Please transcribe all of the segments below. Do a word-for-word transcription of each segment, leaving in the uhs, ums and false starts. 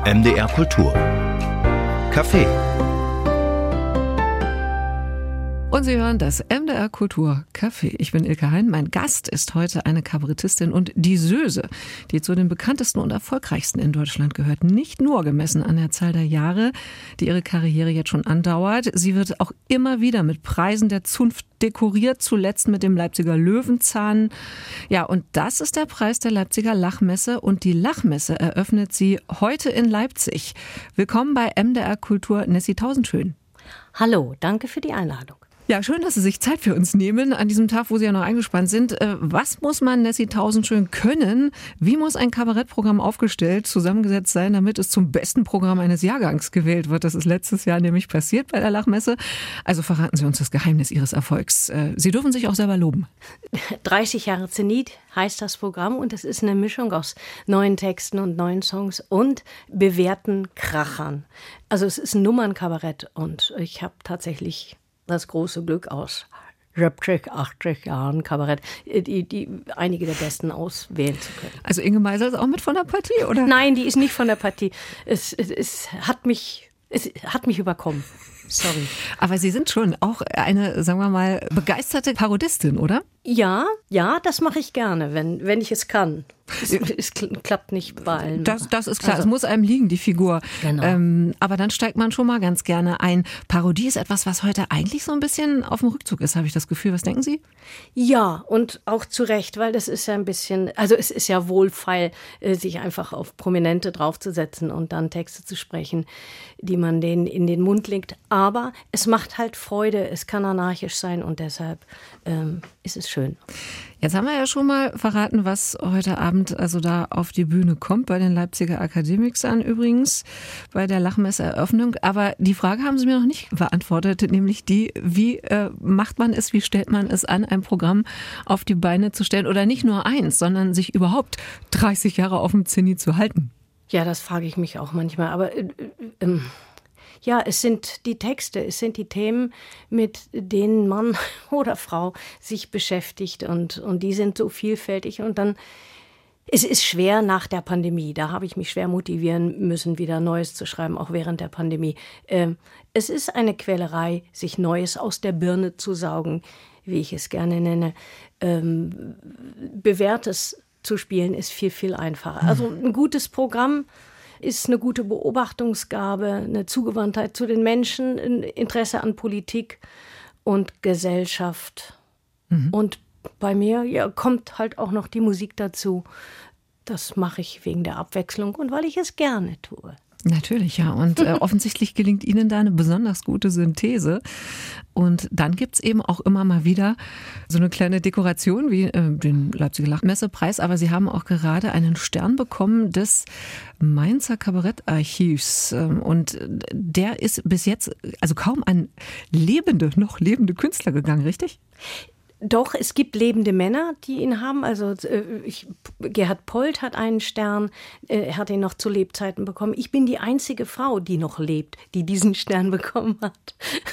M D R Kultur Café. Und Sie hören das M D R Kultur Café. Ich bin Ilka Hein. Mein Gast ist heute eine Kabarettistin und die Söse, die zu den bekanntesten und erfolgreichsten in Deutschland gehört. Nicht nur gemessen an der Zahl der Jahre, die ihre Karriere jetzt schon andauert. Sie wird auch immer wieder mit Preisen der Zunft dekoriert, zuletzt mit dem Leipziger Löwenzahn. Ja, und das ist der Preis der Leipziger Lachmesse. Und die Lachmesse eröffnet sie heute in Leipzig. Willkommen bei M D R Kultur, Nessie Tausendschön. Hallo, danke für die Einladung. Ja, schön, dass Sie sich Zeit für uns nehmen an diesem Tag, wo Sie ja noch eingespannt sind. Was muss man, Nessie Tausendschön, können? Wie muss ein Kabarettprogramm aufgestellt, zusammengesetzt sein, damit es zum besten Programm eines Jahrgangs gewählt wird? Das ist letztes Jahr nämlich passiert bei der Lachmesse. Also verraten Sie uns das Geheimnis Ihres Erfolgs. Sie dürfen sich auch selber loben. dreißig Jahre Zenit heißt das Programm und es ist eine Mischung aus neuen Texten und neuen Songs und bewährten Krachern. Also es ist ein Nummernkabarett und ich habe tatsächlich das große Glück aus siebzig, achtzig Jahren Kabarett, die, die einige der Besten auswählen zu können. Also Inge Meisel ist auch mit von der Partie, oder? Nein, die ist nicht von der Partie. Es, es, es hat mich, es hat mich überkommen. Sorry. Aber Sie sind schon auch eine, sagen wir mal, begeisterte Parodistin, oder? Ja, ja, das mache ich gerne, wenn, wenn ich es kann. Es, es klappt nicht bei allen. Das, das ist klar, also, es muss einem liegen, die Figur. Genau. Ähm, aber dann steigt man schon mal ganz gerne ein. Parodie ist etwas, was heute eigentlich so ein bisschen auf dem Rückzug ist, habe ich das Gefühl. Was denken Sie? Ja, und auch zu Recht, weil das ist ja ein bisschen, also es ist ja wohlfeil, sich einfach auf Prominente draufzusetzen und dann Texte zu sprechen, die man denen in den Mund legt. Aber es macht halt Freude, es kann anarchisch sein und deshalb ähm, ist es schön. Jetzt haben wir ja schon mal verraten, was heute Abend also da auf die Bühne kommt, bei den Leipziger Akademikern übrigens, bei der Lachmesseröffnung. Aber die Frage haben Sie mir noch nicht beantwortet, nämlich die, wie äh, macht man es, wie stellt man es an, ein Programm auf die Beine zu stellen oder nicht nur eins, sondern sich überhaupt dreißig Jahre auf dem Zenit zu halten? Ja, das frage ich mich auch manchmal, aber äh, äh, ja, es sind die Texte, es sind die Themen, mit denen Mann oder Frau sich beschäftigt und, und die sind so vielfältig und dann, es ist schwer nach der Pandemie, da habe ich mich schwer motivieren müssen, wieder Neues zu schreiben, auch während der Pandemie. Ähm, es ist eine Quälerei, sich Neues aus der Birne zu saugen, wie ich es gerne nenne. Ähm, Bewährtes zu spielen ist viel, viel einfacher. Also ein gutes Programm ist eine gute Beobachtungsgabe, eine Zugewandtheit zu den Menschen, ein Interesse an Politik und Gesellschaft. Mhm. Und bei mir ja, kommt halt auch noch die Musik dazu. Das mache ich wegen der Abwechslung und weil ich es gerne tue. Natürlich, ja. Und äh, offensichtlich gelingt Ihnen da eine besonders gute Synthese. Und dann gibt's eben auch immer mal wieder so eine kleine Dekoration wie äh, den Leipziger Lachmessepreis. Aber Sie haben auch gerade einen Stern bekommen des Mainzer Kabarettarchivs. Und der ist bis jetzt also kaum an lebende, noch lebende Künstler gegangen, richtig? Doch, es gibt lebende Männer, die ihn haben. Also ich, Gerhard Polt hat einen Stern, er hat ihn noch zu Lebzeiten bekommen. Ich bin die einzige Frau, die noch lebt, die diesen Stern bekommen hat.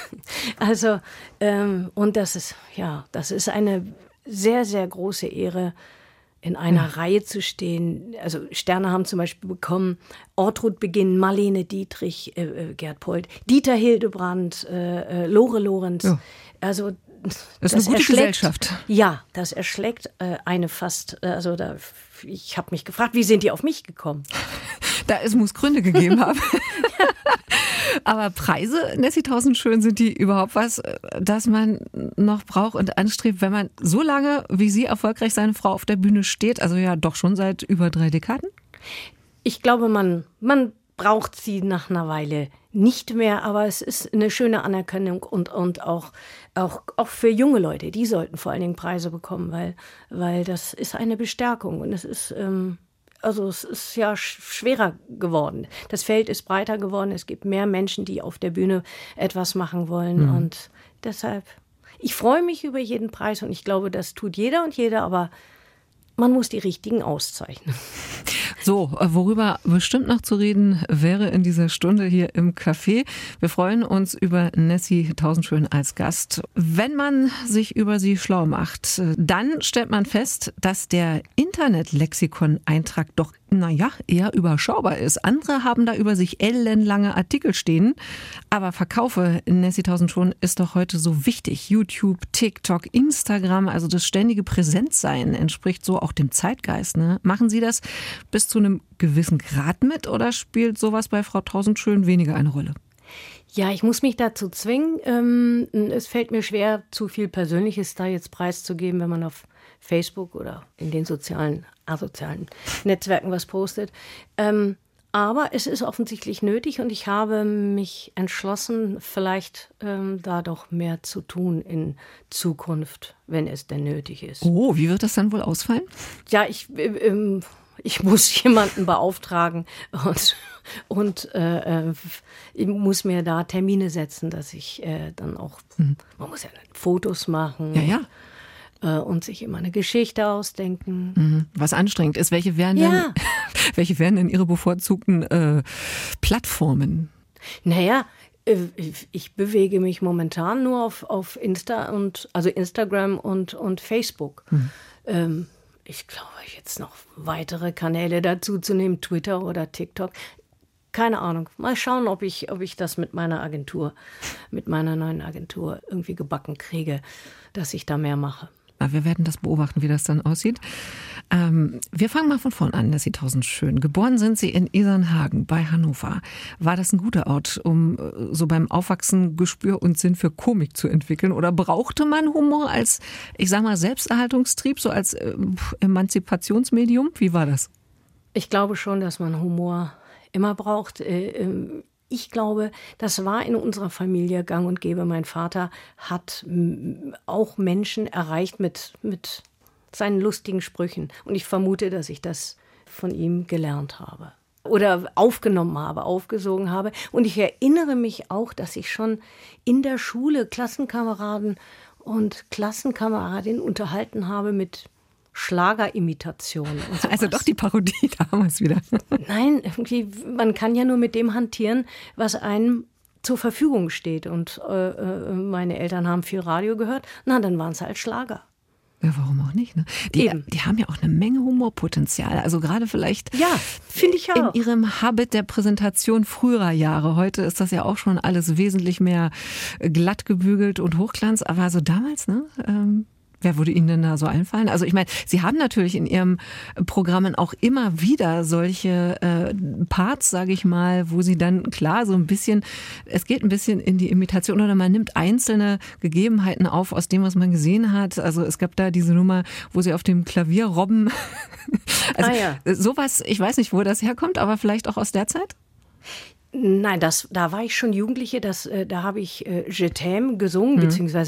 Also, ähm, und das ist, ja, das ist eine sehr, sehr große Ehre, in einer ja. Reihe zu stehen. Also Sterne haben zum Beispiel bekommen Ortrud Beginn, Marlene Dietrich, äh, Gerhard Polt, Dieter Hildebrandt, äh, äh, Lore Lorenz. Ja. Also das ist eine gute Gesellschaft. Ja, das erschlägt äh, eine fast, äh, also da, ich habe mich gefragt, wie sind die auf mich gekommen? Da es muss Gründe gegeben haben. Aber Preise, Nessie Tausendschön, sind die überhaupt was, das man noch braucht und anstrebt, wenn man so lange wie Sie erfolgreich seine Frau auf der Bühne steht, also ja doch schon seit über drei Dekaden? Ich glaube, man, man braucht sie nach einer Weile nicht mehr, aber es ist eine schöne Anerkennung und, und auch, auch, auch für junge Leute, die sollten vor allen Dingen Preise bekommen, weil, weil das ist eine Bestärkung und es ist, ähm, also es ist ja schwerer geworden. Das Feld ist breiter geworden, es gibt mehr Menschen, die auf der Bühne etwas machen wollen mhm. und deshalb, ich freue mich über jeden Preis und ich glaube, das tut jeder und jeder, aber man muss die richtigen auszeichnen. So, worüber bestimmt noch zu reden wäre in dieser Stunde hier im Café. Wir freuen uns über Nessie Tausendschön als Gast. Wenn man sich über sie schlau macht, dann stellt man fest, dass der Internetlexikon-Eintrag doch, naja, eher überschaubar ist. Andere haben da über sich ellenlange Artikel stehen. Aber Verkaufe, Nessie Tausendschön, ist doch heute so wichtig. YouTube, TikTok, Instagram, also das ständige Präsentsein entspricht so auch dem Zeitgeist. Ne? Machen Sie das bis zu einem gewissen Grad mit oder spielt sowas bei Frau Tausendschön weniger eine Rolle? Ja, ich muss mich dazu zwingen. Ähm, es fällt mir schwer, zu viel Persönliches da jetzt preiszugeben, wenn man auf Facebook oder in den sozialen, asozialen Netzwerken was postet. Ähm, aber es ist offensichtlich nötig und ich habe mich entschlossen, vielleicht ähm, da doch mehr zu tun in Zukunft, wenn es denn nötig ist. Oh, wie wird das dann wohl ausfallen? Ja, ich... Ähm, Ich muss jemanden beauftragen und, und äh, ich muss mir da Termine setzen, dass ich äh, dann auch, mhm. man muss ja Fotos machen ja, ja. Äh, und sich immer eine Geschichte ausdenken. Mhm. Was anstrengend ist, welche wären ja. denn, welche wären denn Ihre bevorzugten äh, Plattformen? Naja, ich bewege mich momentan nur auf, auf Insta und also Instagram und, und Facebook. Mhm. Ähm, Ich glaube, jetzt noch weitere Kanäle dazu zu nehmen, Twitter oder TikTok. Keine Ahnung. Mal schauen, ob ich, ob ich das mit meiner Agentur, mit meiner neuen Agentur irgendwie gebacken kriege, dass ich da mehr mache. Wir werden das beobachten, wie das dann aussieht. Ähm, wir fangen mal von vorn an, Nessie Tausendschön. Geboren sind Sie in Isernhagen bei Hannover. War das ein guter Ort, um so beim Aufwachsen Gespür und Sinn für Komik zu entwickeln? Oder brauchte man Humor als, ich sag mal, Selbsterhaltungstrieb, so als äh, Emanzipationsmedium? Wie war das? Ich glaube schon, dass man Humor immer braucht. Ich glaube, das war in unserer Familie gang und gäbe. Mein Vater hat auch Menschen erreicht mit, mit seinen lustigen Sprüchen. Und ich vermute, dass ich das von ihm gelernt habe. Oder aufgenommen habe, aufgesogen habe. Und ich erinnere mich auch, dass ich schon in der Schule Klassenkameraden und Klassenkameradinnen unterhalten habe mit Schlagerimitationen. Also doch die Parodie damals wieder. Nein, irgendwie, man kann ja nur mit dem hantieren, was einem zur Verfügung steht. Und äh, meine Eltern haben viel Radio gehört. Na, dann waren es halt Schlager. Ja, warum auch nicht? Ne? Die, die haben ja auch eine Menge Humorpotenzial. Also gerade vielleicht ja, finde ich auch. In ihrem Habit der Präsentation früherer Jahre. Heute ist das ja auch schon alles wesentlich mehr glatt gebügelt und Hochglanz. Aber also damals, ne? Ähm Wer würde Ihnen denn da so einfallen? Also ich meine, Sie haben natürlich in Ihren Programmen auch immer wieder solche äh, Parts, sage ich mal, wo Sie dann klar so ein bisschen, es geht ein bisschen in die Imitation oder man nimmt einzelne Gegebenheiten auf aus dem, was man gesehen hat. Also es gab da diese Nummer, wo Sie auf dem Klavier robben. Also ah, ja. Sowas, ich weiß nicht, wo das herkommt, aber vielleicht auch aus der Zeit? Nein, das, da war ich schon Jugendliche, das, äh, da habe ich äh, Je t'aime gesungen, mhm. beziehungsweise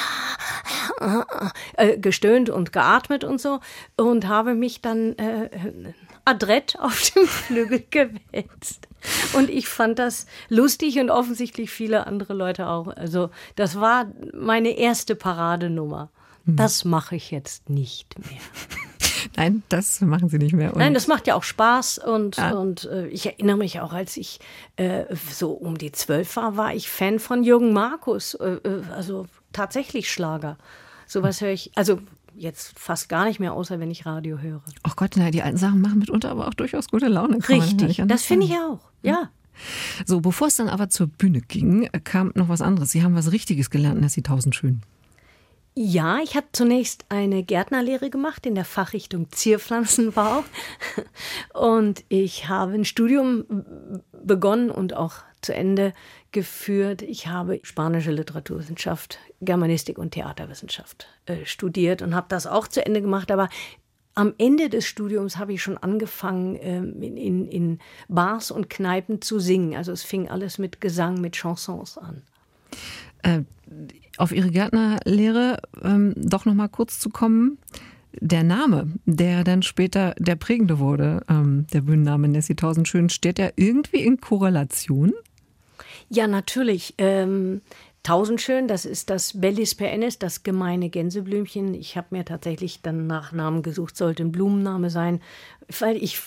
äh, gestöhnt und geatmet und so und habe mich dann äh, adrett auf dem Flügel gewälzt. Und ich fand das lustig und offensichtlich viele andere Leute auch. Also das war meine erste Paradenummer. Mhm. Das mache ich jetzt nicht mehr. Nein, das machen Sie nicht mehr. Und Nein, das macht ja auch Spaß und, ja. und äh, ich erinnere mich auch, als ich äh, so um die zwölf war, war ich Fan von Jürgen Markus, äh, also tatsächlich Schlager. Sowas höre ich, also jetzt fast gar nicht mehr, außer wenn ich Radio höre. Ach Gott, na, die alten Sachen machen mitunter aber auch durchaus gute Laune. Richtig, das finde ich auch, ja. So, bevor es dann aber zur Bühne ging, kam noch was anderes. Sie haben was Richtiges gelernt, Nessie Tausendschön. Ja, ich habe zunächst eine Gärtnerlehre gemacht in der Fachrichtung Zierpflanzenbau und ich habe ein Studium begonnen und auch zu Ende geführt. Ich habe spanische Literaturwissenschaft, Germanistik und Theaterwissenschaft äh, studiert und habe das auch zu Ende gemacht, aber am Ende des Studiums habe ich schon angefangen, ähm, in, in, in Bars und Kneipen zu singen. Also es fing alles mit Gesang, mit Chansons an. Äh, auf Ihre Gärtnerlehre ähm, doch noch mal kurz zu kommen. Der Name, der dann später der prägende wurde, ähm, der Bühnenname Nessie Tausendschön, steht der irgendwie in Korrelation? Ja, natürlich. Ähm, Tausendschön, das ist das Bellis perennis, das gemeine Gänseblümchen. Ich habe mir tatsächlich dann nach Namen gesucht, sollte ein Blumenname sein, weil ich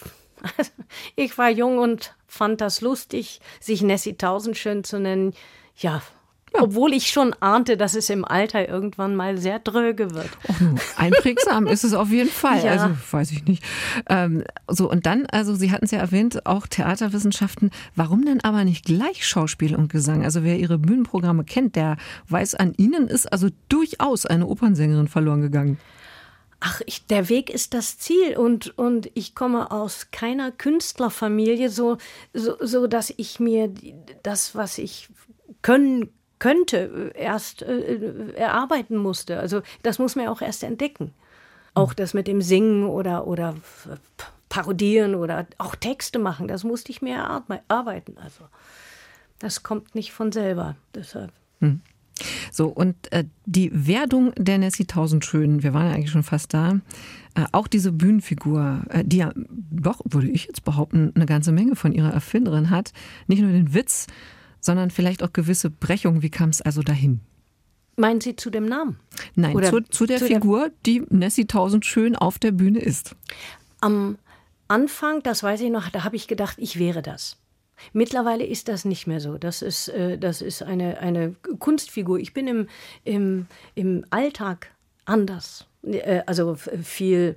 Also, ich war jung und fand das lustig, sich Nessie Tausendschön zu nennen. Ja, ja, obwohl ich schon ahnte, dass es im Alter irgendwann mal sehr dröge wird. Oh, einprägsam ist es auf jeden Fall. Ja. Also weiß ich nicht. Ähm, so und dann, also Sie hatten es ja erwähnt, auch Theaterwissenschaften. Warum denn aber nicht gleich Schauspiel und Gesang? Also wer Ihre Bühnenprogramme kennt, der weiß, an Ihnen ist also durchaus eine Opernsängerin verloren gegangen. Ach, ich, der Weg ist das Ziel und, und ich komme aus keiner Künstlerfamilie, so, so, so dass ich mir das, was ich können könnte, erst äh, erarbeiten musste. Also das muss man ja auch erst entdecken. Auch das mit dem Singen oder, oder parodieren oder auch Texte machen, das musste ich mir erarbeiten. Also das kommt nicht von selber. Deshalb. Hm. So, und äh, die Werdung der Nessie Tausendschön, wir waren ja eigentlich schon fast da, äh, auch diese Bühnenfigur, äh, die ja doch, würde ich jetzt behaupten, eine ganze Menge von ihrer Erfinderin hat, nicht nur den Witz, sondern vielleicht auch gewisse Brechungen. Wie kam es also dahin? Meinen Sie zu dem Namen? Nein, Oder zu, zu der zu Figur, der die Nessie Tausendschön auf der Bühne ist. Am Anfang, das weiß ich noch, da habe ich gedacht, ich wäre das. Mittlerweile ist das nicht mehr so. Das ist, äh, das ist eine, eine Kunstfigur. Ich bin im, im, im Alltag anders. Äh, also viel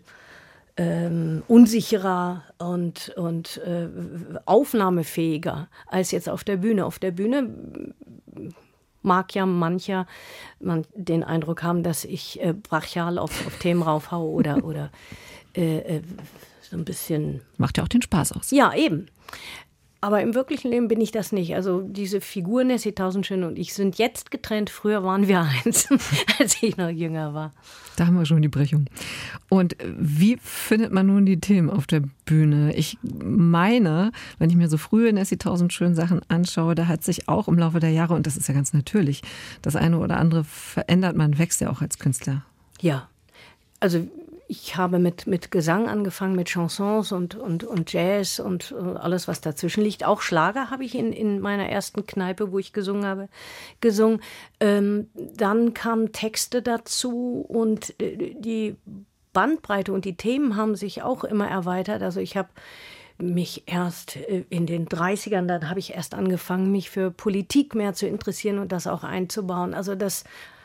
ähm, unsicherer und, und äh, aufnahmefähiger als jetzt auf der Bühne. Auf der Bühne mag ja mancher man den Eindruck haben, dass ich äh, brachial auf, auf Themen raufhaue oder, oder äh, äh, so ein bisschen... Macht ja auch den Spaß aus. Ja, eben. Aber im wirklichen Leben bin ich das nicht. Also diese Figur Nessie Tausendschön und ich sind jetzt getrennt. Früher waren wir eins, als ich noch jünger war. Da haben wir schon die Brechung. Und wie findet man nun die Themen auf der Bühne? Ich meine, wenn ich mir so frühe Nessie Tausendschön Sachen anschaue, da hat sich auch im Laufe der Jahre, und das ist ja ganz natürlich, das eine oder andere verändert. Man wächst ja auch als Künstler. Ja, also ich habe mit, mit Gesang angefangen, mit Chansons und, und, und Jazz und alles, was dazwischen liegt. Auch Schlager habe ich in, in meiner ersten Kneipe, wo ich gesungen habe, gesungen. Ähm, dann kamen Texte dazu und die Bandbreite und die Themen haben sich auch immer erweitert. Also ich habe mich erst in den dreißigern, dann habe ich erst angefangen, mich für Politik mehr zu interessieren und das auch einzubauen. Also das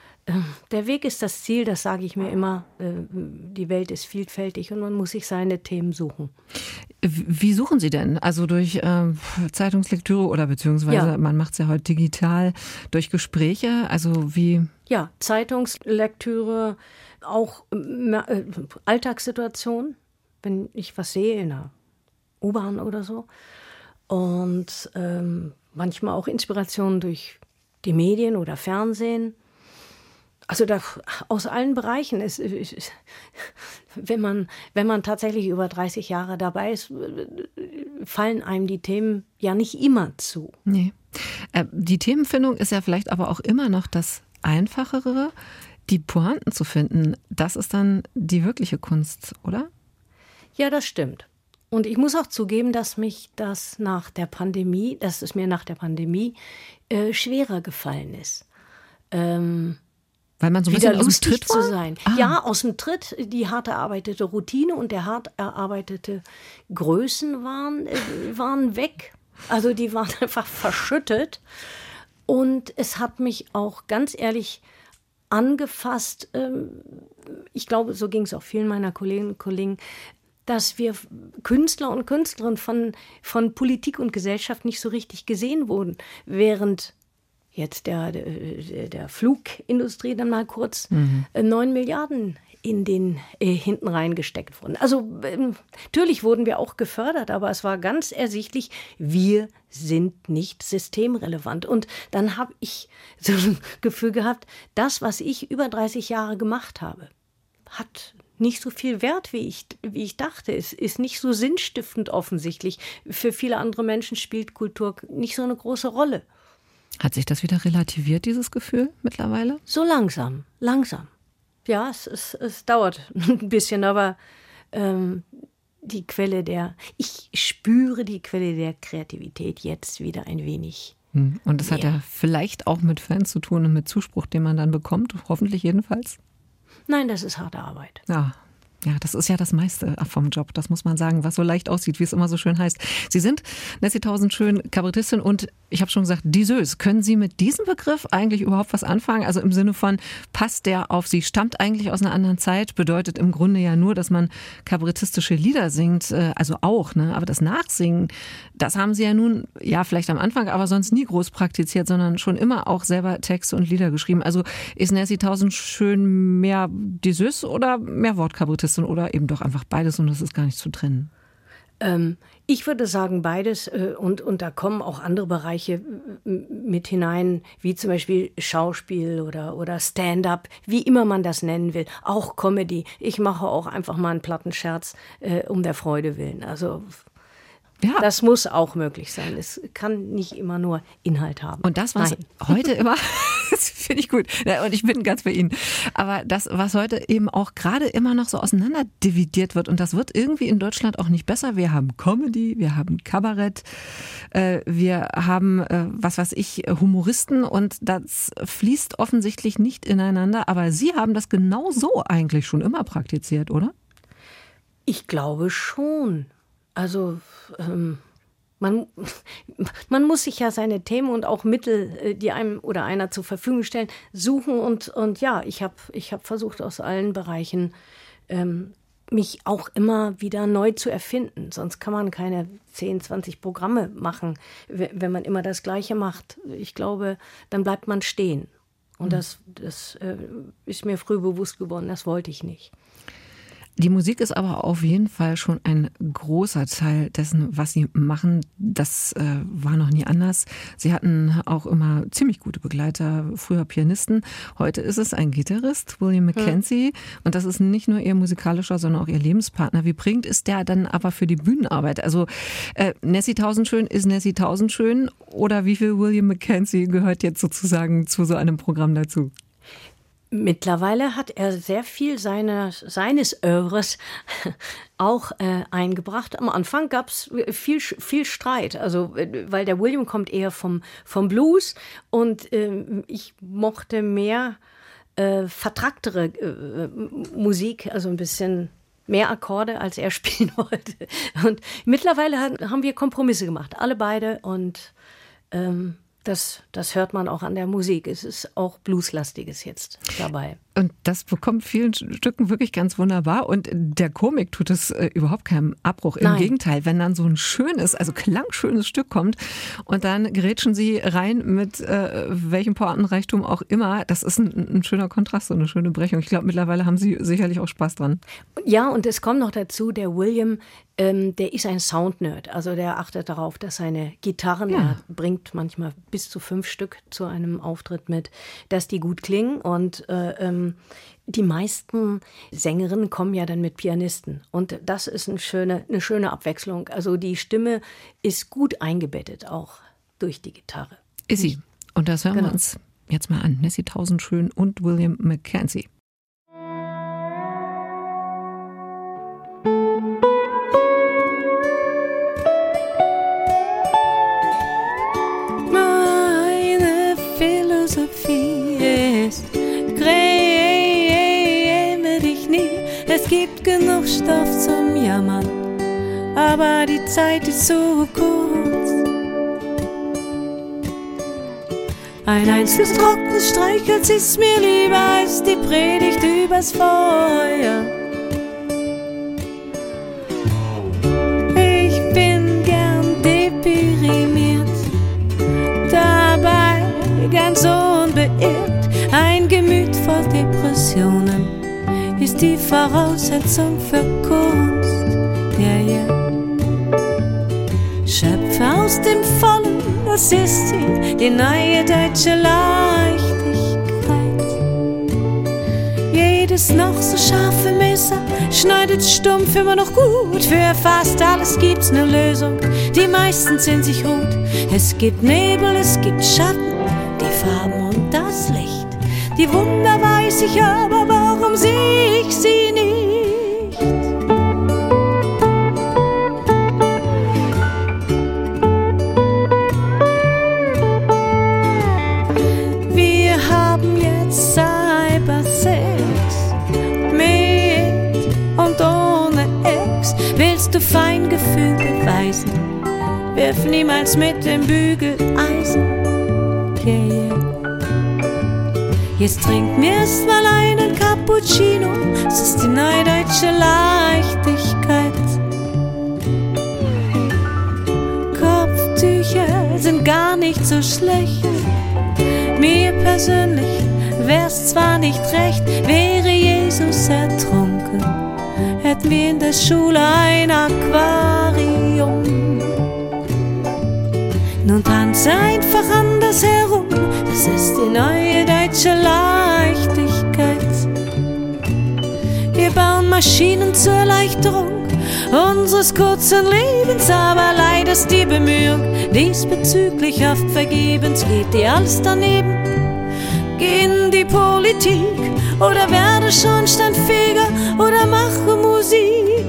Der Weg ist das Ziel, das sage ich mir immer. Die Welt ist vielfältig und man muss sich seine Themen suchen. Wie suchen Sie denn? Also durch äh, Zeitungslektüre oder beziehungsweise ja. man macht es ja heute digital, durch Gespräche? Also wie? Ja, Zeitungslektüre, auch äh, Alltagssituationen, wenn ich was sehe in der U-Bahn oder so. Und ähm, manchmal auch Inspirationen durch die Medien oder Fernsehen. Also da, aus allen Bereichen. Es, es, wenn man, wenn man tatsächlich über dreißig Jahre dabei ist, fallen einem die Themen ja nicht immer zu. Nee. Äh, die Themenfindung ist ja vielleicht aber auch immer noch das Einfachere. Die Pointen zu finden, das ist dann die wirkliche Kunst, oder? Ja, das stimmt. Und ich muss auch zugeben, dass mich das nach der Pandemie, dass es mir nach der Pandemie äh, schwerer gefallen ist. Ähm, Weil man so ein wieder bisschen lustig aus dem Tritt zu war? sein. Ah. Ja, aus dem Tritt, die hart erarbeitete Routine und der hart erarbeitete Größen waren, äh, waren weg. Also die waren einfach verschüttet. Und es hat mich auch ganz ehrlich angefasst, ähm, ich glaube, so ging es auch vielen meiner Kolleginnen und Kollegen, dass wir Künstler und Künstlerinnen von, von Politik und Gesellschaft nicht so richtig gesehen wurden, während jetzt der, der, der Flugindustrie dann mal kurz mhm. neun Milliarden in den äh, hinten reingesteckt wurden. Also äh, natürlich wurden wir auch gefördert, aber es war ganz ersichtlich, wir sind nicht systemrelevant. Und dann habe ich so ein Gefühl gehabt, das, was ich über dreißig Jahre gemacht habe, hat nicht so viel Wert, wie ich, wie ich dachte. Es ist nicht so sinnstiftend offensichtlich. Für viele andere Menschen spielt Kultur nicht so eine große Rolle. Hat sich das wieder relativiert, dieses Gefühl mittlerweile? So langsam, langsam. Ja, es, es, es dauert ein bisschen, aber ähm, die Quelle der, ich spüre die Quelle der Kreativität jetzt wieder ein wenig. Und das hat ja vielleicht auch mit Fans zu tun und mit Zuspruch, den man dann bekommt, hoffentlich jedenfalls. Nein, das ist harte Arbeit. Ja, Ja, das ist ja das meiste vom Job, das muss man sagen, was so leicht aussieht, wie es immer so schön heißt. Sie sind, Nessie Tausendschön, Kabarettistin und ich habe schon gesagt, Diseuse. Können Sie mit diesem Begriff eigentlich überhaupt was anfangen? Also im Sinne von, passt der auf Sie, stammt eigentlich aus einer anderen Zeit, bedeutet im Grunde ja nur, dass man kabarettistische Lieder singt, also auch, ne? Aber das Nachsingen, das haben Sie ja nun, ja vielleicht am Anfang, aber sonst nie groß praktiziert, sondern schon immer auch selber Texte und Lieder geschrieben. Also ist Nessie Tausendschön mehr Diseuse oder mehr Wortkabarettistin? Oder eben doch einfach beides und das ist gar nicht zu trennen? Ähm, ich würde sagen beides äh, und, und da kommen auch andere Bereiche mit hinein, wie zum Beispiel Schauspiel oder, oder Stand-up, wie immer man das nennen will, auch Comedy. Ich mache auch einfach mal einen Plattendscherz äh, um der Freude willen. Also ja. Das muss auch möglich sein. Es kann nicht immer nur Inhalt haben. Und das, was Nein. heute immer, das finde ich gut, und ich bin ganz bei Ihnen, aber das, was heute eben auch gerade immer noch so auseinanderdividiert wird, und das wird irgendwie in Deutschland auch nicht besser. Wir haben Comedy, wir haben Kabarett, wir haben, was weiß ich, Humoristen und das fließt offensichtlich nicht ineinander, aber Sie haben das genau so eigentlich schon immer praktiziert, oder? Ich glaube schon. Also ähm, man, man muss sich ja seine Themen und auch Mittel, die einem oder einer zur Verfügung stellen, suchen. Und, und ja, ich habe ich hab versucht, aus allen Bereichen ähm, mich auch immer wieder neu zu erfinden. Sonst kann man keine zehn, zwanzig Programme machen, wenn man immer das Gleiche macht. Ich glaube, dann bleibt man stehen. Und mhm. das, das äh, ist mir früh bewusst geworden, das wollte ich nicht. Die Musik ist aber auf jeden Fall schon ein großer Teil dessen, was Sie machen. Das äh, war noch nie anders. Sie hatten auch immer ziemlich gute Begleiter, früher Pianisten. Heute ist es ein Gitarrist, William Mackenzie. Hm. Und das ist nicht nur Ihr musikalischer, sondern auch Ihr Lebenspartner. Wie prägend ist der dann aber für die Bühnenarbeit? Also äh, Nessie Tausendschön ist Nessie Tausendschön oder wie viel William Mackenzie gehört jetzt sozusagen zu so einem Programm dazu? Mittlerweile hat er sehr viel seines, seines Œuvres auch äh, eingebracht. Am Anfang gab es viel, viel Streit, also weil der William kommt eher vom, vom Blues und äh, ich mochte mehr äh, vertracktere äh, Musik, also ein bisschen mehr Akkorde, als er spielen wollte. Und mittlerweile haben wir Kompromisse gemacht, alle beide und ähm, Das, das hört man auch an der Musik. Es ist auch Blueslastiges jetzt dabei. Und das bekommt vielen Stücken wirklich ganz wunderbar. Und der Komik tut es äh, überhaupt keinen Abbruch. Im Nein. Gegenteil, wenn dann so ein schönes, also klangschönes Stück kommt und dann grätschen Sie rein mit äh, welchem Pointenreichtum auch immer. Das ist ein, ein schöner Kontrast und eine schöne Brechung. Ich glaube, mittlerweile haben Sie sicherlich auch Spaß dran. Ja, und es kommt noch dazu, der William, ähm, der ist ein Soundnerd. Also der achtet darauf, dass seine Gitarren, ja. er bringt manchmal bis zu fünf Stück zu einem Auftritt mit, dass die gut klingen. Und äh, ähm, die meisten Sängerinnen kommen ja dann mit Pianisten. Und das ist eine schöne, eine schöne Abwechslung. Also die Stimme ist gut eingebettet, auch durch die Gitarre. Ist sie. Und das hören genau. wir uns jetzt mal an. Nessie Tausendschön und William Mackenzie. Meine Philosophie ist, gräme dich nie, es gibt genug Stoff zum Jammern, aber die Zeit ist so kurz. Ein einziges trockenes Streichholz ist mir lieber als die Predigt übers Feuer. Ich bin gern deprimiert, dabei ganz unbeirrt. Ein Gemüt voll Depressionen ist die Voraussetzung für Kunst. Ja, ja. Schöpfe aus dem Vollen, das ist sie, die neue deutsche Leichtigkeit. Jedes noch so scharfe Messer schneidet stumpf immer noch gut. Für fast alles gibt's ne Lösung, die meistens in sich ruht. Es gibt Nebel, es gibt Schatten, die Farben und das Licht. Die Wunder weiß ich, aber warum sehe ich sie nicht? Wir haben jetzt Cybersex mit und Gefühl beweisen. Wirf niemals mit dem Bügeleisen. Yeah, yeah. Jetzt trink mir erst mal einen Cappuccino. Es ist die neue deutsche Leichtigkeit. Kopftücher sind gar nicht so schlecht. Mir persönlich wär's zwar nicht recht, wäre Jesus ertrunken, hätten wir in der Schule ein Aquarium. Nun tanze einfach anders herum, das ist die neue deutsche Leichtigkeit. Wir bauen Maschinen zur Erleichterung unseres kurzen Lebens, aber leider ist die Bemühung diesbezüglich oft vergebens. Geht dir alles daneben? Geh in die Politik oder werde Schornsteinfeger oder mache Musik.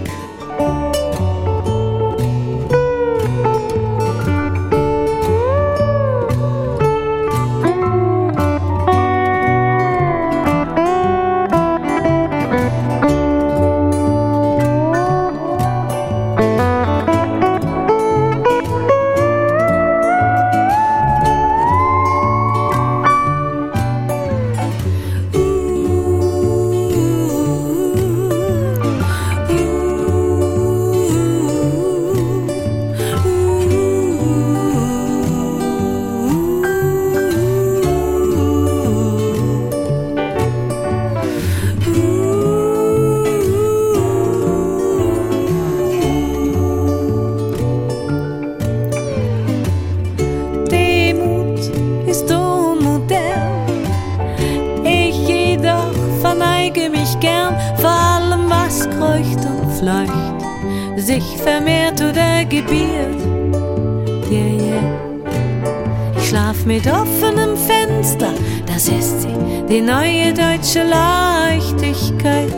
Sich vermehrt oder gebiert. Yeah, yeah. Ich schlaf mit offenem Fenster, das ist sie, die neue deutsche Leichtigkeit.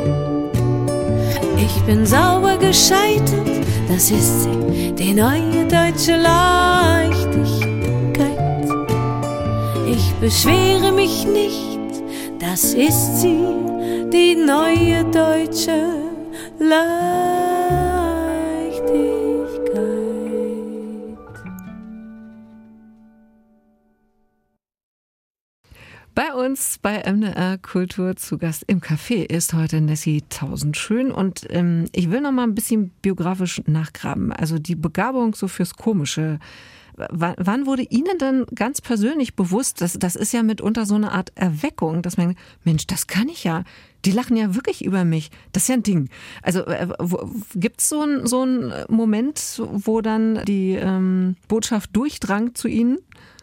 Ich bin sauber gescheitert, das ist sie, die neue deutsche Leichtigkeit. Ich beschwere mich nicht, das ist sie, die neue deutsche Leichtigkeit. Bei uns bei M D R Kultur zu Gast im Café ist heute Nessie Tausendschön und ähm, ich will noch mal ein bisschen biografisch nachgraben. Also die Begabung so fürs Komische. W- wann wurde Ihnen denn ganz persönlich bewusst, dass das ist ja mitunter so eine Art Erweckung, dass man denkt, Mensch, das kann ich ja. Die lachen ja wirklich über mich. Das ist ja ein Ding. Also äh, gibt es so einen so einen Moment, wo dann die ähm, Botschaft durchdrang zu Ihnen?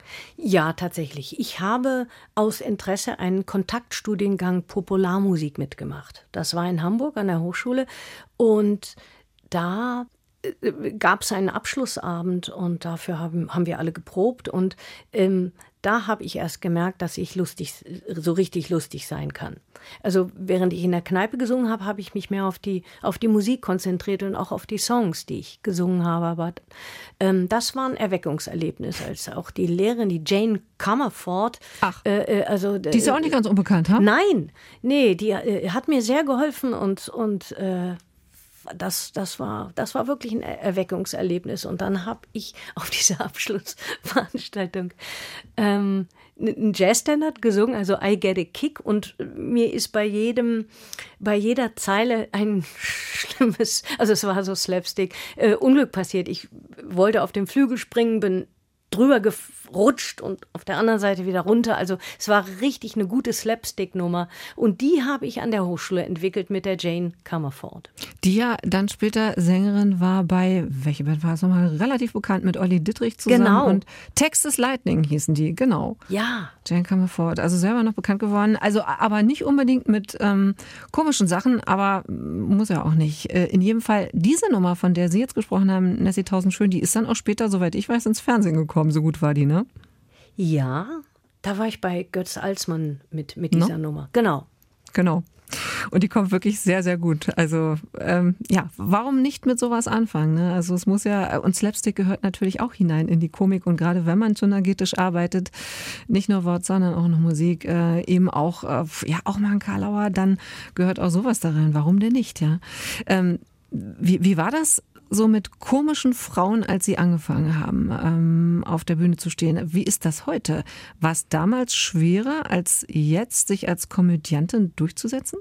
Ja, tatsächlich. Ich habe aus Interesse einen Kontaktstudiengang Popularmusik mitgemacht. Das war in Hamburg an der Hochschule und da gab es einen Abschlussabend und dafür haben, haben wir alle geprobt und ähm, da habe ich erst gemerkt, dass ich lustig, so richtig lustig sein kann. Also während ich in der Kneipe gesungen habe, habe ich mich mehr auf die, auf die Musik konzentriert und auch auf die Songs, die ich gesungen habe. Aber ähm, das war ein Erweckungserlebnis, als auch die Lehrerin, die Jane Comerford. Ach, äh, also, die ist ja auch nicht ganz unbekannt, ha? Nein, nee, die äh, hat mir sehr geholfen und, und äh, Das, das, war, das war wirklich ein Erweckungserlebnis. Und dann habe ich auf dieser Abschlussveranstaltung ähm, einen Jazzstandard gesungen, also I Get a Kick. Und mir ist bei jedem, bei jeder Zeile ein schlimmes, also es war so Slapstick, äh, Unglück passiert. Ich wollte auf den Flügel springen, bin drüber gerutscht und auf der anderen Seite wieder runter. Also es war richtig eine gute Slapstick-Nummer. Und die habe ich an der Hochschule entwickelt mit der Jane Comerford. Die ja dann später Sängerin war bei, welche Band war es nochmal, relativ bekannt, mit Olli Dittrich zusammen. Genau. Und Texas Lightning hießen die, genau. Ja. Jane Comerford, also selber noch bekannt geworden. Also aber nicht unbedingt mit ähm, komischen Sachen, aber muss ja auch nicht. Äh, in jedem Fall, diese Nummer, von der Sie jetzt gesprochen haben, Nessie Tausendschön, die ist dann auch später, soweit ich weiß, ins Fernsehen gekommen. So gut war die, ne? Ja, da war ich bei Götz Alsmann mit, mit dieser no? Nummer. Genau. Genau. Und die kommt wirklich sehr, sehr gut. Also ähm, ja, warum nicht mit sowas anfangen? Ne? Also es muss ja, und Slapstick gehört natürlich auch hinein in die Komik. Und gerade wenn man synergetisch arbeitet, nicht nur Wort, sondern auch noch Musik, äh, eben auch, äh, ja, auch mal ein Karlauer, dann gehört auch sowas da rein. Warum denn nicht, ja? Ähm, wie, wie war das so mit komischen Frauen, als Sie angefangen haben, ähm, auf der Bühne zu stehen. Wie ist das heute? War es damals schwerer als jetzt, sich als Komödiantin durchzusetzen?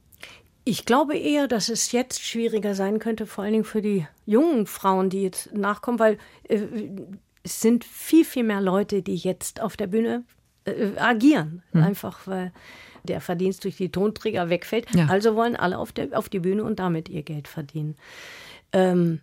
Ich glaube eher, dass es jetzt schwieriger sein könnte, vor allen Dingen für die jungen Frauen, die jetzt nachkommen, weil äh, es sind viel, viel mehr Leute, die jetzt auf der Bühne äh, agieren. Hm. Einfach, weil der Verdienst durch die Tonträger wegfällt. Ja. Also wollen alle auf, der, auf die Bühne und damit ihr Geld verdienen. Ähm,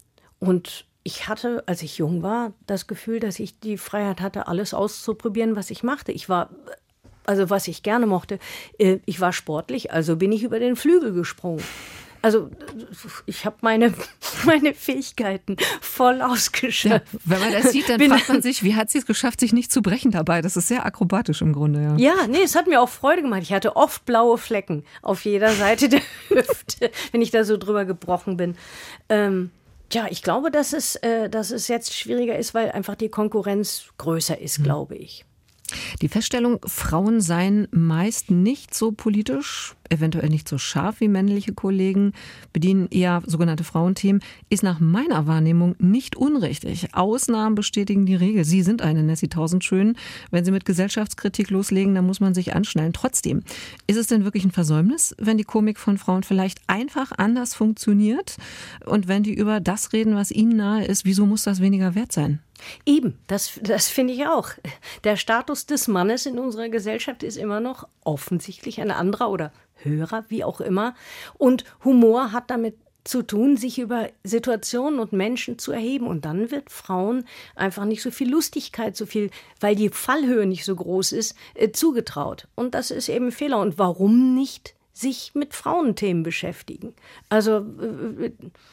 und ich hatte, als ich jung war, das Gefühl, dass ich die Freiheit hatte, alles auszuprobieren, was ich machte. Ich war... Also was ich gerne mochte, äh, ich war sportlich, also bin ich über den Flügel gesprungen. Also ich habe meine, meine Fähigkeiten voll ausgeschöpft. Ja, wenn man das sieht, dann bin fragt man sich, wie hat sie es geschafft, sich nicht zu brechen dabei? Das ist sehr akrobatisch im Grunde. Ja, ja, nee, es hat mir auch Freude gemacht. Ich hatte oft blaue Flecken auf jeder Seite der Hüfte, wenn ich da so drüber gebrochen bin. Ähm, ja, ich glaube, dass es, äh, dass es jetzt schwieriger ist, weil einfach die Konkurrenz größer ist, hm. glaube ich. Die Feststellung, Frauen seien meist nicht so politisch, eventuell nicht so scharf wie männliche Kollegen, bedienen eher sogenannte Frauenthemen, ist nach meiner Wahrnehmung nicht unrichtig. Ausnahmen bestätigen die Regel. Sie sind eine Nessie Tausendschön. Wenn Sie mit Gesellschaftskritik loslegen, dann muss man sich anschnallen. Trotzdem, ist es denn wirklich ein Versäumnis, wenn die Komik von Frauen vielleicht einfach anders funktioniert? Und wenn die über das reden, was ihnen nahe ist, wieso muss das weniger wert sein? Eben, das, das finde ich auch. Der Status des Mannes in unserer Gesellschaft ist immer noch offensichtlich ein anderer oder höherer, wie auch immer. Und Humor hat damit zu tun, sich über Situationen und Menschen zu erheben. Und dann wird Frauen einfach nicht so viel Lustigkeit, so viel, weil die Fallhöhe nicht so groß ist, äh, zugetraut. Und das ist eben ein Fehler. Und warum nicht sich mit Frauenthemen beschäftigen? Also äh,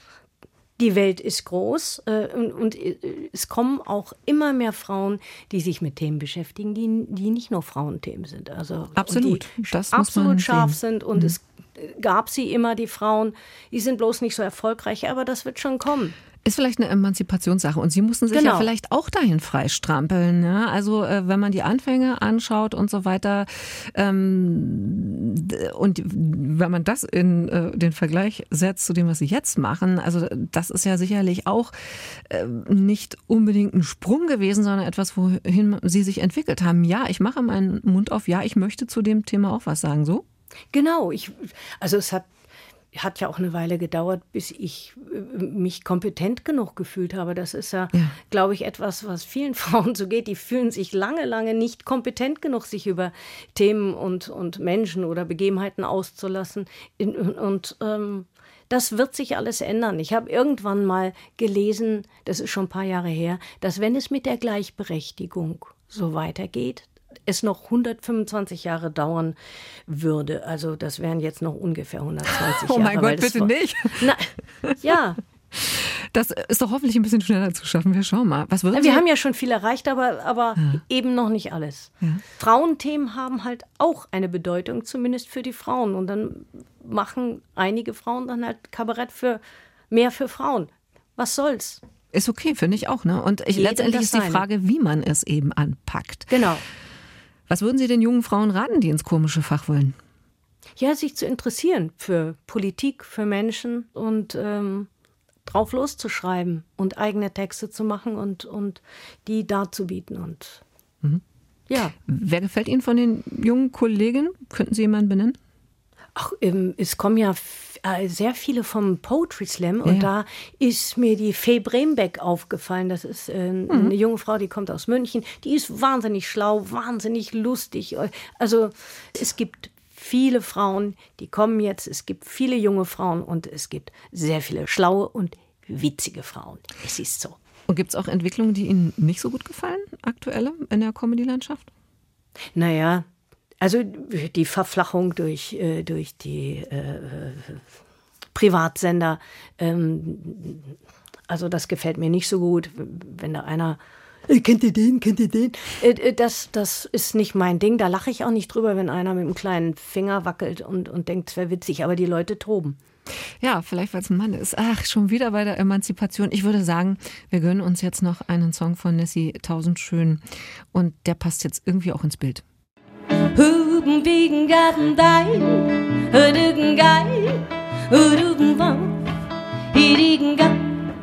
die Welt ist groß äh, und, und äh, es kommen auch immer mehr Frauen, die sich mit Themen beschäftigen, die, die nicht nur Frauenthemen sind. Also absolut, die das absolut muss man scharf sehen. sind und mhm. es gab sie immer, die Frauen, die sind bloß nicht so erfolgreich, aber das wird schon kommen. Ist vielleicht eine Emanzipationssache und Sie mussten sich genau. ja vielleicht auch dahin freistrampeln. Ja? Also äh, wenn man die Anfänge anschaut und so weiter ähm, und wenn man das in äh, den Vergleich setzt zu dem, was Sie jetzt machen, also das ist ja sicherlich auch äh, nicht unbedingt ein Sprung gewesen, sondern etwas, wohin Sie sich entwickelt haben. Ja, ich mache meinen Mund auf, ja, ich möchte zu dem Thema auch was sagen, so? Genau, ich, also es hat Hat ja auch eine Weile gedauert, bis ich mich kompetent genug gefühlt habe. Das ist ja, ja, glaube ich, etwas, was vielen Frauen so geht. Die fühlen sich lange, lange nicht kompetent genug, sich über Themen und, und Menschen oder Begebenheiten auszulassen. Und, und ähm, das wird sich alles ändern. Ich habe irgendwann mal gelesen, das ist schon ein paar Jahre her, dass wenn es mit der Gleichberechtigung so weitergeht, es noch hundertfünfundzwanzig Jahre dauern würde. Also das wären jetzt noch ungefähr hundertzwanzig Jahre. Oh mein Gott, bitte war, nicht. Na, ja. Das ist doch hoffentlich ein bisschen schneller zu schaffen. Wir schauen mal. Was würden Wir Sie? haben ja schon viel erreicht, aber, aber ja. eben noch nicht alles. Ja. Frauenthemen haben halt auch eine Bedeutung, zumindest für die Frauen. Und dann machen einige Frauen dann halt Kabarett für mehr für Frauen. Was soll's? Ist okay, finde ich auch. Ne? Und ich, letztendlich ist die seine. Frage, wie man es eben anpackt. Genau. Was würden Sie den jungen Frauen raten, die ins komische Fach wollen? Ja, sich zu interessieren für Politik, für Menschen und ähm, drauf loszuschreiben und eigene Texte zu machen und, und die darzubieten. Und, mhm. ja. Wer gefällt Ihnen von den jungen Kollegen? Könnten Sie jemanden benennen? Ach, ähm, es kommen ja f- äh, sehr viele vom Poetry Slam und ja. da ist mir die Fee Brembeck aufgefallen. Das ist äh, mhm. eine junge Frau, die kommt aus München. Die ist wahnsinnig schlau, wahnsinnig lustig. Also es gibt viele Frauen, die kommen jetzt. Es gibt viele junge Frauen und es gibt sehr viele schlaue und witzige Frauen. Es ist so. Und gibt es auch Entwicklungen, die Ihnen nicht so gut gefallen, aktuelle in der Comedy-Landschaft? Naja, also die Verflachung durch, äh, durch die äh, Privatsender, ähm, also das gefällt mir nicht so gut, wenn da einer, äh, kennt ihr den, kennt ihr den? Äh, das, das ist nicht mein Ding, da lache ich auch nicht drüber, wenn einer mit einem kleinen Finger wackelt und, und denkt, es wäre witzig, aber die Leute toben. Ja, vielleicht weil es ein Mann ist. Ach, schon wieder bei der Emanzipation. Ich würde sagen, wir gönnen uns jetzt noch einen Song von Nessie Tausendschön und der passt jetzt irgendwie auch ins Bild. Hugen biegen Garten dein, Hugen geil, Hugen wam, Hidigen Garten,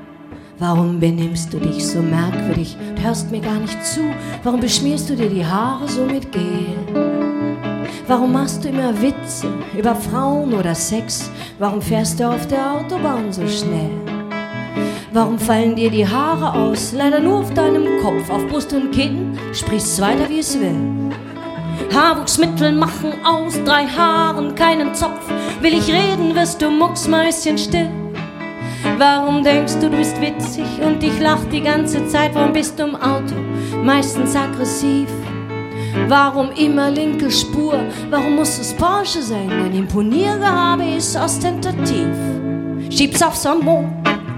Warum benimmst du dich so merkwürdig und hörst mir gar nicht zu? Warum beschmierst du dir die Haare so mit Gel? Warum machst du immer Witze über Frauen oder Sex? Warum fährst du auf der Autobahn so schnell? Warum fallen dir die Haare aus? Leider nur auf deinem Kopf, auf Brust und Kinn, sprichst weiter wie es will. Haarwuchsmittel machen aus drei Haaren keinen Zopf. Will ich reden, wirst du mucksmäuschenstill. Warum denkst du, du bist witzig und ich lach die ganze Zeit? Warum bist du im Auto meistens aggressiv? Warum immer linke Spur? Warum muss es Porsche sein? Dein Imponiergehabe ist ostentativ. Schieb's aufs Hormon.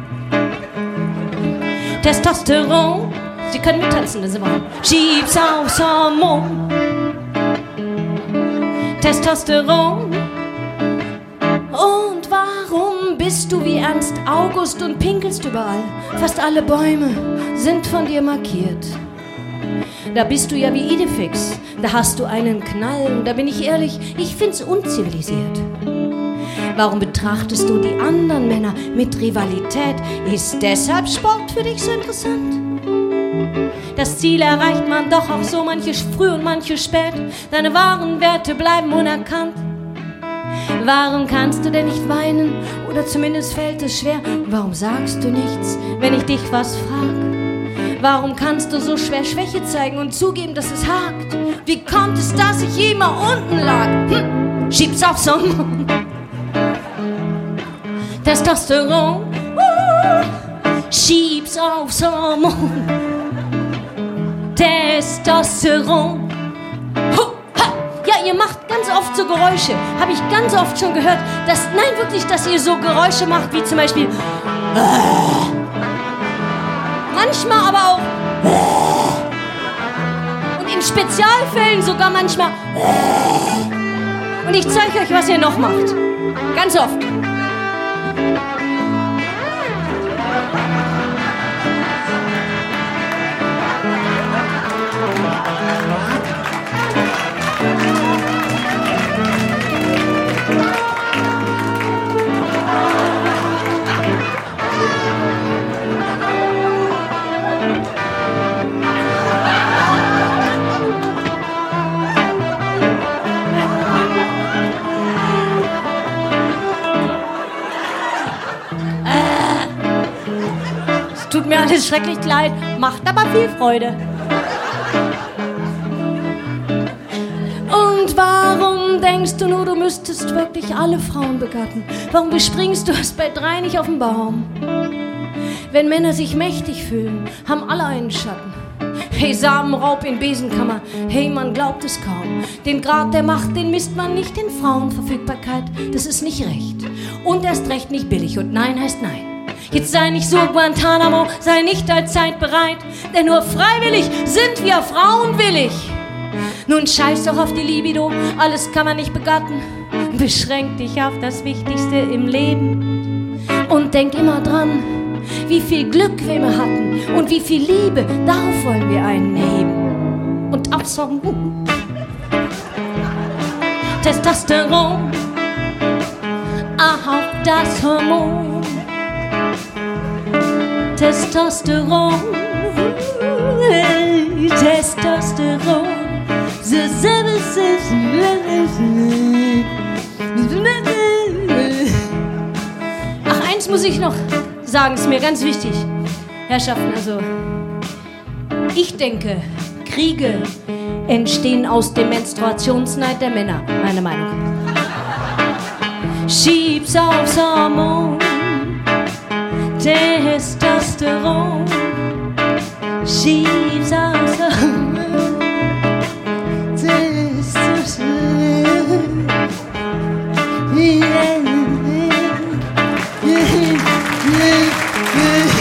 Testosteron. Sie können mittanzen, wenn Sie wollen. Schieb's aufs Hormon. Testosteron. Und warum bist du wie Ernst August und pinkelst überall? Fast alle Bäume sind von dir markiert. Da bist du ja wie Idefix, da hast du einen Knall. Und da bin ich ehrlich, ich find's unzivilisiert. Warum betrachtest du die anderen Männer mit Rivalität? Ist deshalb Sport für dich so interessant? Das Ziel erreicht man doch auch so, manche früh und manche spät. Deine wahren Werte bleiben unerkannt. Warum kannst du denn nicht weinen? Oder zumindest fällt es schwer. Warum sagst du nichts, wenn ich dich was frag? Warum kannst du so schwer Schwäche zeigen und zugeben, dass es hakt? Wie kommt es, dass ich immer unten lag? Hm, schieb's aufs Hormon. Testosteron. Uh, schieb's aufs Hormon. Testosteron. Huh, ha. Ja, ihr macht ganz oft so Geräusche. Habe ich ganz oft schon gehört. Dass, nein, wirklich, dass ihr so Geräusche macht, wie zum Beispiel... Uh, manchmal aber auch... Uh, und in Spezialfällen sogar manchmal... Uh, und ich zeige euch, was ihr noch macht. Ganz oft. Tut mir alles schrecklich leid, macht aber viel Freude. Und warum denkst du nur, du müsstest wirklich alle Frauen begatten? Warum bespringst du es bei drei nicht auf den Baum? Wenn Männer sich mächtig fühlen, haben alle einen Schatten. Hey, Samenraub in Besenkammer, hey, man glaubt es kaum. Den Grad der Macht, den misst man nicht in Frauenverfügbarkeit. Das ist nicht recht und erst recht nicht billig und nein heißt nein. Jetzt sei nicht so Guantanamo, sei nicht allzeit bereit, denn nur freiwillig sind wir Frauen willig. Nun scheiß doch auf die Libido, alles kann man nicht begatten. Beschränk dich auf das Wichtigste im Leben und denk immer dran, wie viel Glück wir immer hatten und wie viel Liebe, darauf wollen wir einen heben. Und aufs Hormon. Testosteron, auf das Hormon. Testosteron, Testosteron. Ach, eins muss ich noch sagen, ist mir ganz wichtig. Herrschaften, also ich denke, Kriege entstehen aus dem Menstruationsneid der Männer, meine Meinung. Schieb's aufs Hormon. Testosteron, schieb's aufs Hormon. Testosteron, yeah, yeah, yeah, yeah.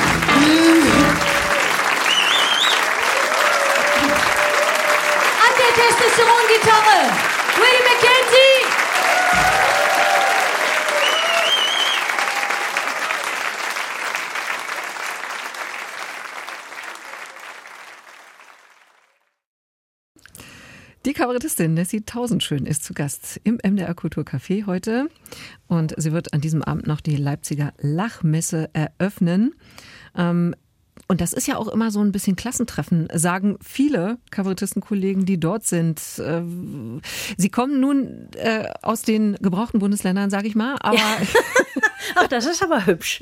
An der Testosteron-Gitarre, Willie McKenzie. Die Kabarettistin Nessie Tausendschön ist zu Gast im M D R Kulturcafé heute und sie wird an diesem Abend noch die Leipziger Lachmesse eröffnen. Ähm, Und das ist ja auch immer so ein bisschen Klassentreffen, sagen viele Kabarettistenkollegen, die dort sind. Sie kommen nun äh, aus den gebrauchten Bundesländern, sage ich mal, aber ja. Ach, das ist aber hübsch.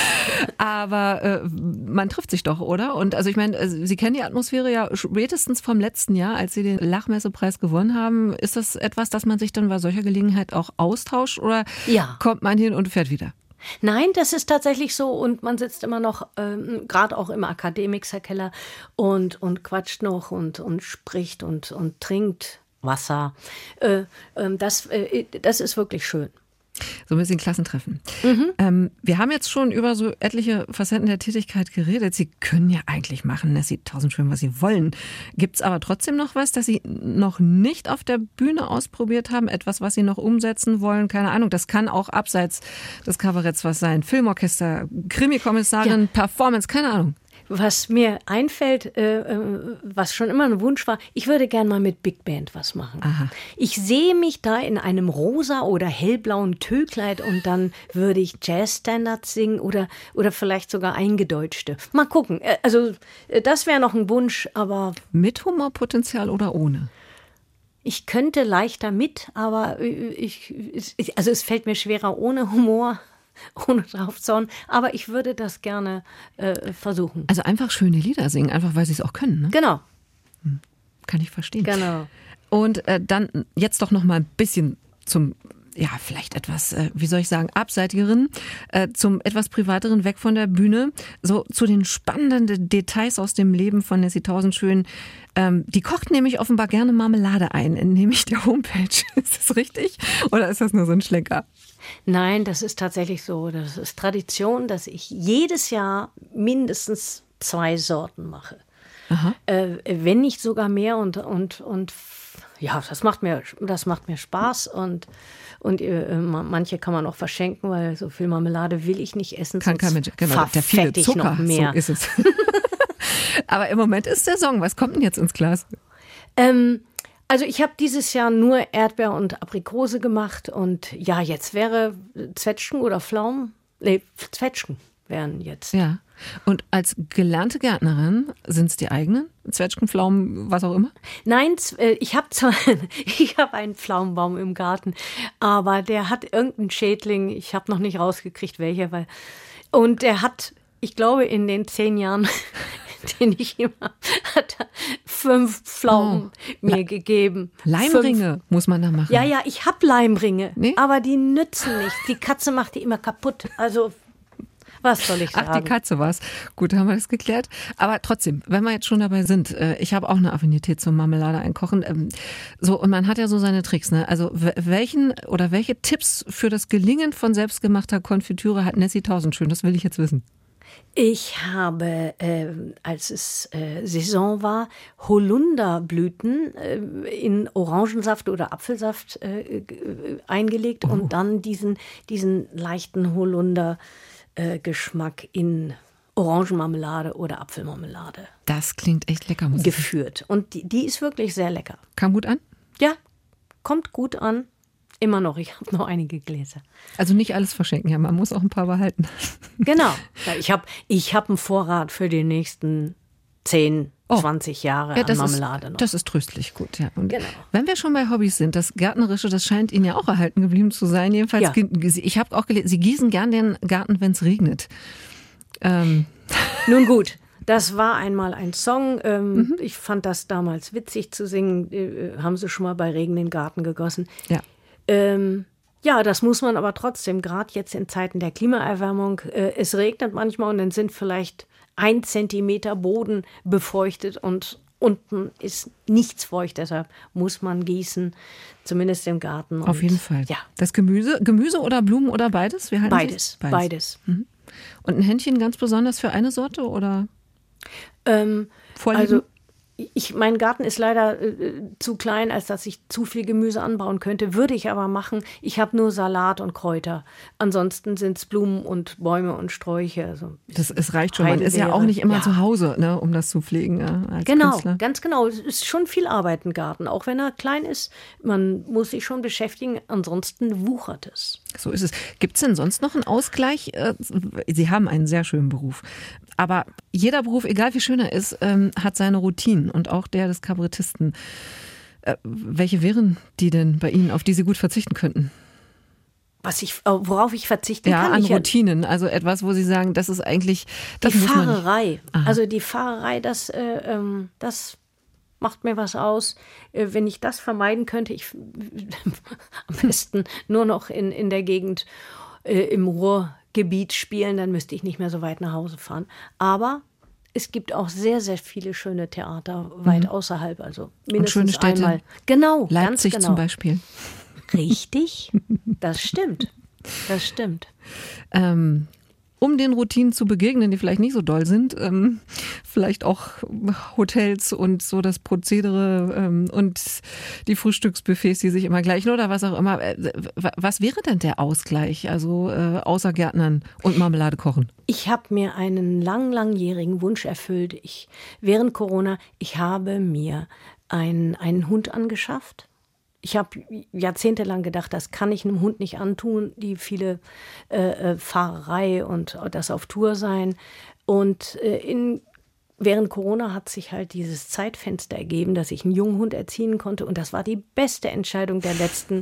aber äh, man trifft sich doch, oder? Und also ich meine, Sie kennen die Atmosphäre ja spätestens vom letzten Jahr, als Sie den Lachmessepreis gewonnen haben. Ist das etwas, dass man sich dann bei solcher Gelegenheit auch austauscht oder ja. kommt man hin und fährt wieder? Nein, das ist tatsächlich so und man sitzt immer noch, ähm, gerade auch im Akademikerkeller und, und quatscht noch und, und spricht und, und trinkt Wasser. Äh, äh, das, äh, das ist wirklich schön. So ein bisschen Klassentreffen. Mhm. Ähm, wir haben jetzt schon über so etliche Facetten der Tätigkeit geredet. Sie können ja eigentlich machen, dass Sie tausend schön, was Sie wollen. Gibt es aber trotzdem noch was, das Sie noch nicht auf der Bühne ausprobiert haben? Etwas, was Sie noch umsetzen wollen? Keine Ahnung. Das kann auch abseits des Kabaretts was sein. Filmorchester, Krimikommissarin, ja. Performance, keine Ahnung. Was mir einfällt, äh, was schon immer ein Wunsch war, ich würde gern mal mit Big Band was machen. Aha. Ich sehe mich da in einem rosa oder hellblauen Tüllkleid und dann würde ich Jazzstandards singen oder, oder vielleicht sogar eingedeutschte. Mal gucken. Also das wäre noch ein Wunsch, aber... Mit Humorpotenzial oder ohne? Ich könnte leichter mit, aber ich, also es fällt mir schwerer ohne Humor. Ohne draufzauen, aber ich würde das gerne äh, versuchen. Also einfach schöne Lieder singen, einfach weil sie es auch können, ne? Genau. Hm. Kann ich verstehen. Genau. Und äh, dann jetzt doch noch mal ein bisschen zum, ja, vielleicht etwas, äh, wie soll ich sagen, abseitigeren, äh, zum etwas privateren, weg von der Bühne, so zu den spannenden Details aus dem Leben von Nessie Tausendschön. Ähm, die kocht nämlich offenbar gerne Marmelade ein, nämlich der Homepage. Ist das richtig? Oder ist das nur so ein Schlenker? Nein, das ist tatsächlich so. Das ist Tradition, dass ich jedes Jahr mindestens zwei Sorten mache. Aha. Äh, wenn nicht sogar mehr und, und, und ja, das macht mir, das macht mir Spaß und, und äh, manche kann man auch verschenken, weil so viel Marmelade will ich nicht essen. Kann kein Mensch, genau, der viele Zucker, noch mehr. So ist es. Aber im Moment ist der Song, was kommt denn jetzt ins Glas? Ähm, Also ich habe dieses Jahr nur Erdbeer und Aprikose gemacht und ja, jetzt wäre Zwetschgen oder Pflaumen, nee, Zwetschgen wären jetzt. Ja, und als gelernte Gärtnerin, sind es die eigenen? Zwetschgen, Pflaumen, was auch immer? Nein, ich habe zwar, ich habe einen Pflaumenbaum im Garten, aber der hat irgendeinen Schädling, ich habe noch nicht rausgekriegt, welcher, weil, und der hat, ich glaube, in den zehn Jahren... den ich immer hat er fünf Pflaumen oh. mir gegeben. Leimringe fünf. Muss man da machen. Ja, ja, ich habe Leimringe, nee? aber die nützen nicht. Die Katze macht die immer kaputt. Also, was soll ich sagen? Ach, die Katze war's. Gut, haben wir das geklärt. Aber trotzdem, wenn wir jetzt schon dabei sind, ich habe auch eine Affinität zum Marmelade einkochen. So, und man hat ja so seine Tricks, ne? Also, welchen oder welche Tipps für das Gelingen von selbstgemachter Konfitüre hat Nessie Tausendschön? Das will ich jetzt wissen. Ich habe, äh, als es äh, Saison war, Holunderblüten äh, in Orangensaft oder Apfelsaft äh, eingelegt oh. und dann diesen, diesen leichten Holunder-Geschmack äh, in Orangenmarmelade oder Apfelmarmelade. Das klingt echt lecker. Muss geführt. Und die, die ist wirklich sehr lecker. Kam gut an? Ja, kommt gut an. Immer noch, ich habe noch einige Gläser. Also nicht alles verschenken, ja, man muss auch ein paar behalten. Genau, ich habe ich hab einen Vorrat für die nächsten zehn, oh. zwanzig Jahre ja, an Marmelade ist, noch. Das ist tröstlich gut, ja. Und genau. Wenn wir schon bei Hobbys sind, das Gärtnerische, das scheint Ihnen ja auch erhalten geblieben zu sein. Jedenfalls, ja. ich habe auch gelesen, Sie gießen gern den Garten, wenn es regnet. Ähm. Nun gut. Das war einmal ein Song. Ähm, mhm. Ich fand das damals witzig zu singen. Äh, haben Sie schon mal bei Regen den Garten gegossen? Ja. Ähm, ja, das muss man aber trotzdem, gerade jetzt in Zeiten der Klimaerwärmung, äh, es regnet manchmal und dann sind vielleicht ein Zentimeter Boden befeuchtet und unten ist nichts feucht, deshalb muss man gießen, zumindest im Garten. Auf und, jeden Fall. Ja. Das Gemüse, Gemüse oder Blumen oder beides? Wie halten beides, beides. beides. Mhm. Und ein Händchen ganz besonders für eine Sorte oder ähm, Vorlieben? Also Ich, mein Garten ist leider äh, zu klein, als dass ich zu viel Gemüse anbauen könnte. Würde ich aber machen. Ich habe nur Salat und Kräuter. Ansonsten sind es Blumen und Bäume und Sträuche. Also das es reicht schon. Man ist ja auch nicht immer ja. zu Hause, ne, um das zu pflegen. Ja, als genau, Künstler. Ganz genau. Es ist schon viel Arbeit im Garten. Auch wenn er klein ist, man muss sich schon beschäftigen. Ansonsten wuchert es. So ist es. Gibt es denn sonst noch einen Ausgleich? Sie haben einen sehr schönen Beruf. Aber jeder Beruf, egal wie schön er ist, ähm, hat seine Routinen und auch der des Kabarettisten. Äh, welche wären die denn bei Ihnen, auf die Sie gut verzichten könnten? Was ich, worauf ich verzichten ja, kann? An ich Routinen, also etwas, wo Sie sagen, das ist eigentlich, das die muss man Fahrerei. Also die Fahrerei, das, äh, ähm, das macht mir was aus. Äh, wenn ich das vermeiden könnte, ich am besten nur noch in, in der Gegend äh, im Ruhrgebiet spielen, dann müsste ich nicht mehr so weit nach Hause fahren. Aber es gibt auch sehr, sehr viele schöne Theater weit mhm. außerhalb, also mindestens und schöne Städte. einmal. Genau, Leipzig ganz genau. zum Beispiel. Richtig, das stimmt. Das stimmt. Ähm, um den Routinen zu begegnen, die vielleicht nicht so doll sind, ähm, vielleicht auch Hotels und so das Prozedere ähm, und die Frühstücksbuffets, die sich immer gleichen oder was auch immer. Was wäre denn der Ausgleich, also äh, außer Gärtnern und Marmelade kochen? Ich habe mir einen lang, langjährigen Wunsch erfüllt. Ich, während Corona, ich habe mir ein, einen Hund angeschafft. Ich habe jahrzehntelang gedacht, das kann ich einem Hund nicht antun, die viele äh, Fahrerei und das auf Tour sein. Und äh, in, während Corona hat sich halt dieses Zeitfenster ergeben, dass ich einen jungen Hund erziehen konnte. Und das war die beste Entscheidung der letzten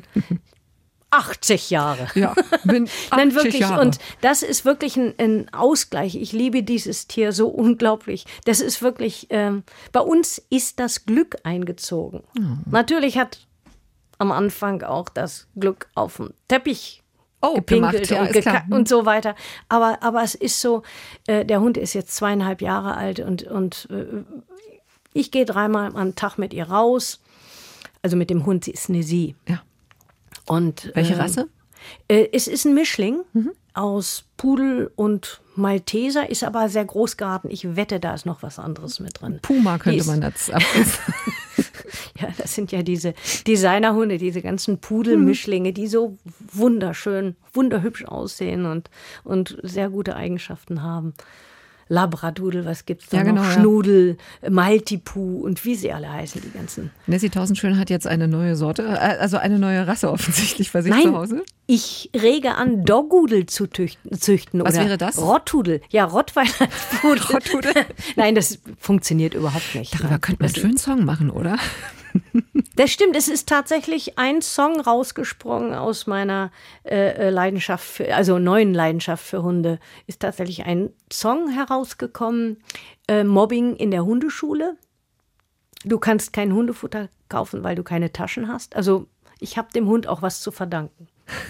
achtzig Jahre. Ja, bin achtzig Nein, wirklich. Jahre. Und das ist wirklich ein, ein Ausgleich. Ich liebe dieses Tier so unglaublich. Das ist wirklich, ähm, bei uns ist das Glück eingezogen. Mhm. Natürlich hat am Anfang auch das Glück auf dem Teppich oh, gepinkelt gemacht, ja, und, geka- und so weiter. Aber, aber es ist so, äh, der Hund ist jetzt zweieinhalb Jahre alt und, und äh, ich gehe dreimal am Tag mit ihr raus. Also mit dem Hund, sie ist eine Sie. Ja. Und, welche äh, Rasse? Äh, es ist ein Mischling mhm. aus Pudel und Malteser, ist aber sehr groß geraten. Ich wette, da ist noch was anderes mit drin. Puma könnte ist, man das absetzen. Ja, das sind ja diese Designerhunde, diese ganzen Pudelmischlinge, die so wunderschön, wunderhübsch aussehen und, und sehr gute Eigenschaften haben. Labradudel, was gibt's da ja, noch? Genau, Schnudel, ja. Maltipu und wie sie alle heißen, die ganzen. Nessie Tausendschön hat jetzt eine neue Sorte, also eine neue Rasse offensichtlich bei sich Nein, zu Hause. Ich rege an, Doggudel zu tüchten, züchten. Was oder wäre das? Rottudel. Ja, Rottweiler als Pudel. Rottudel? Nein, das funktioniert überhaupt nicht. Darüber Nein. könnte man einen schönen Song machen, oder? Das stimmt, es ist tatsächlich ein Song rausgesprungen aus meiner äh, Leidenschaft, für, also neuen Leidenschaft für Hunde. Ist tatsächlich ein Song herausgekommen, äh, Mobbing in der Hundeschule. Du kannst kein Hundefutter kaufen, weil du keine Taschen hast. Also ich habe dem Hund auch was zu verdanken.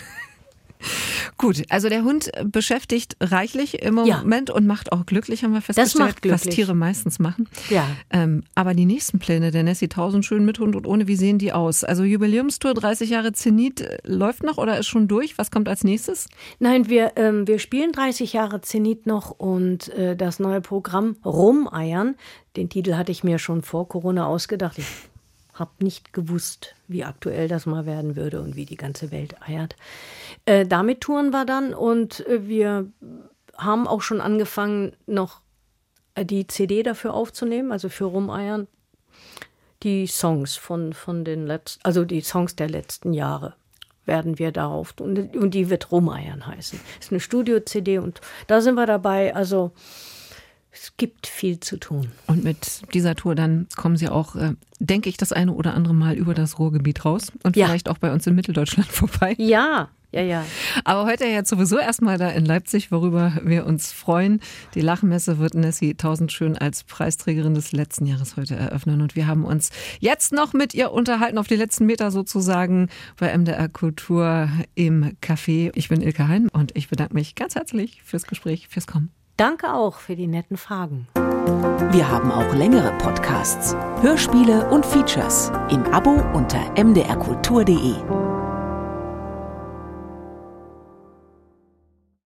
Gut, also der Hund beschäftigt reichlich im Ja. Moment und macht auch glücklich, haben wir festgestellt, Das macht glücklich. was Tiere meistens machen. Ja. Ähm, aber die nächsten Pläne der Nessie Tausendschön mit Hund und ohne, wie sehen die aus? Also Jubiläumstour, dreißig Jahre Zenit, äh, läuft noch oder ist schon durch? Was kommt als nächstes? Nein, wir, ähm, wir spielen dreißig Jahre Zenit noch und äh, das neue Programm Rumeiern, den Titel hatte ich mir schon vor Corona ausgedacht. Ich habe nicht gewusst, wie aktuell das mal werden würde und wie die ganze Welt eiert. Äh, damit touren wir dann und äh, wir haben auch schon angefangen, noch die C D dafür aufzunehmen, also für Rumeiern. Die Songs von, von den letzten, also die Songs der letzten Jahre werden wir darauf, und, und die wird Rumeiern heißen. Das ist eine Studio-C D und da sind wir dabei, also es gibt viel zu tun. Und mit dieser Tour dann kommen Sie auch, äh, denke ich, das eine oder andere Mal über das Ruhrgebiet raus und Ja. vielleicht auch bei uns in Mitteldeutschland vorbei. Ja, ja, ja. Aber heute jetzt sowieso erstmal da in Leipzig, worüber wir uns freuen. Die Lachmesse wird Nessie Tausendschön als Preisträgerin des letzten Jahres heute eröffnen. Und wir haben uns jetzt noch mit ihr unterhalten, auf die letzten Meter sozusagen, bei M D R Kultur im Café. Ich bin Ilka Hein und ich bedanke mich ganz herzlich fürs Gespräch, fürs Kommen. Danke auch für die netten Fragen. Wir haben auch längere Podcasts, Hörspiele und Features im Abo unter m d r kultur punkt d e.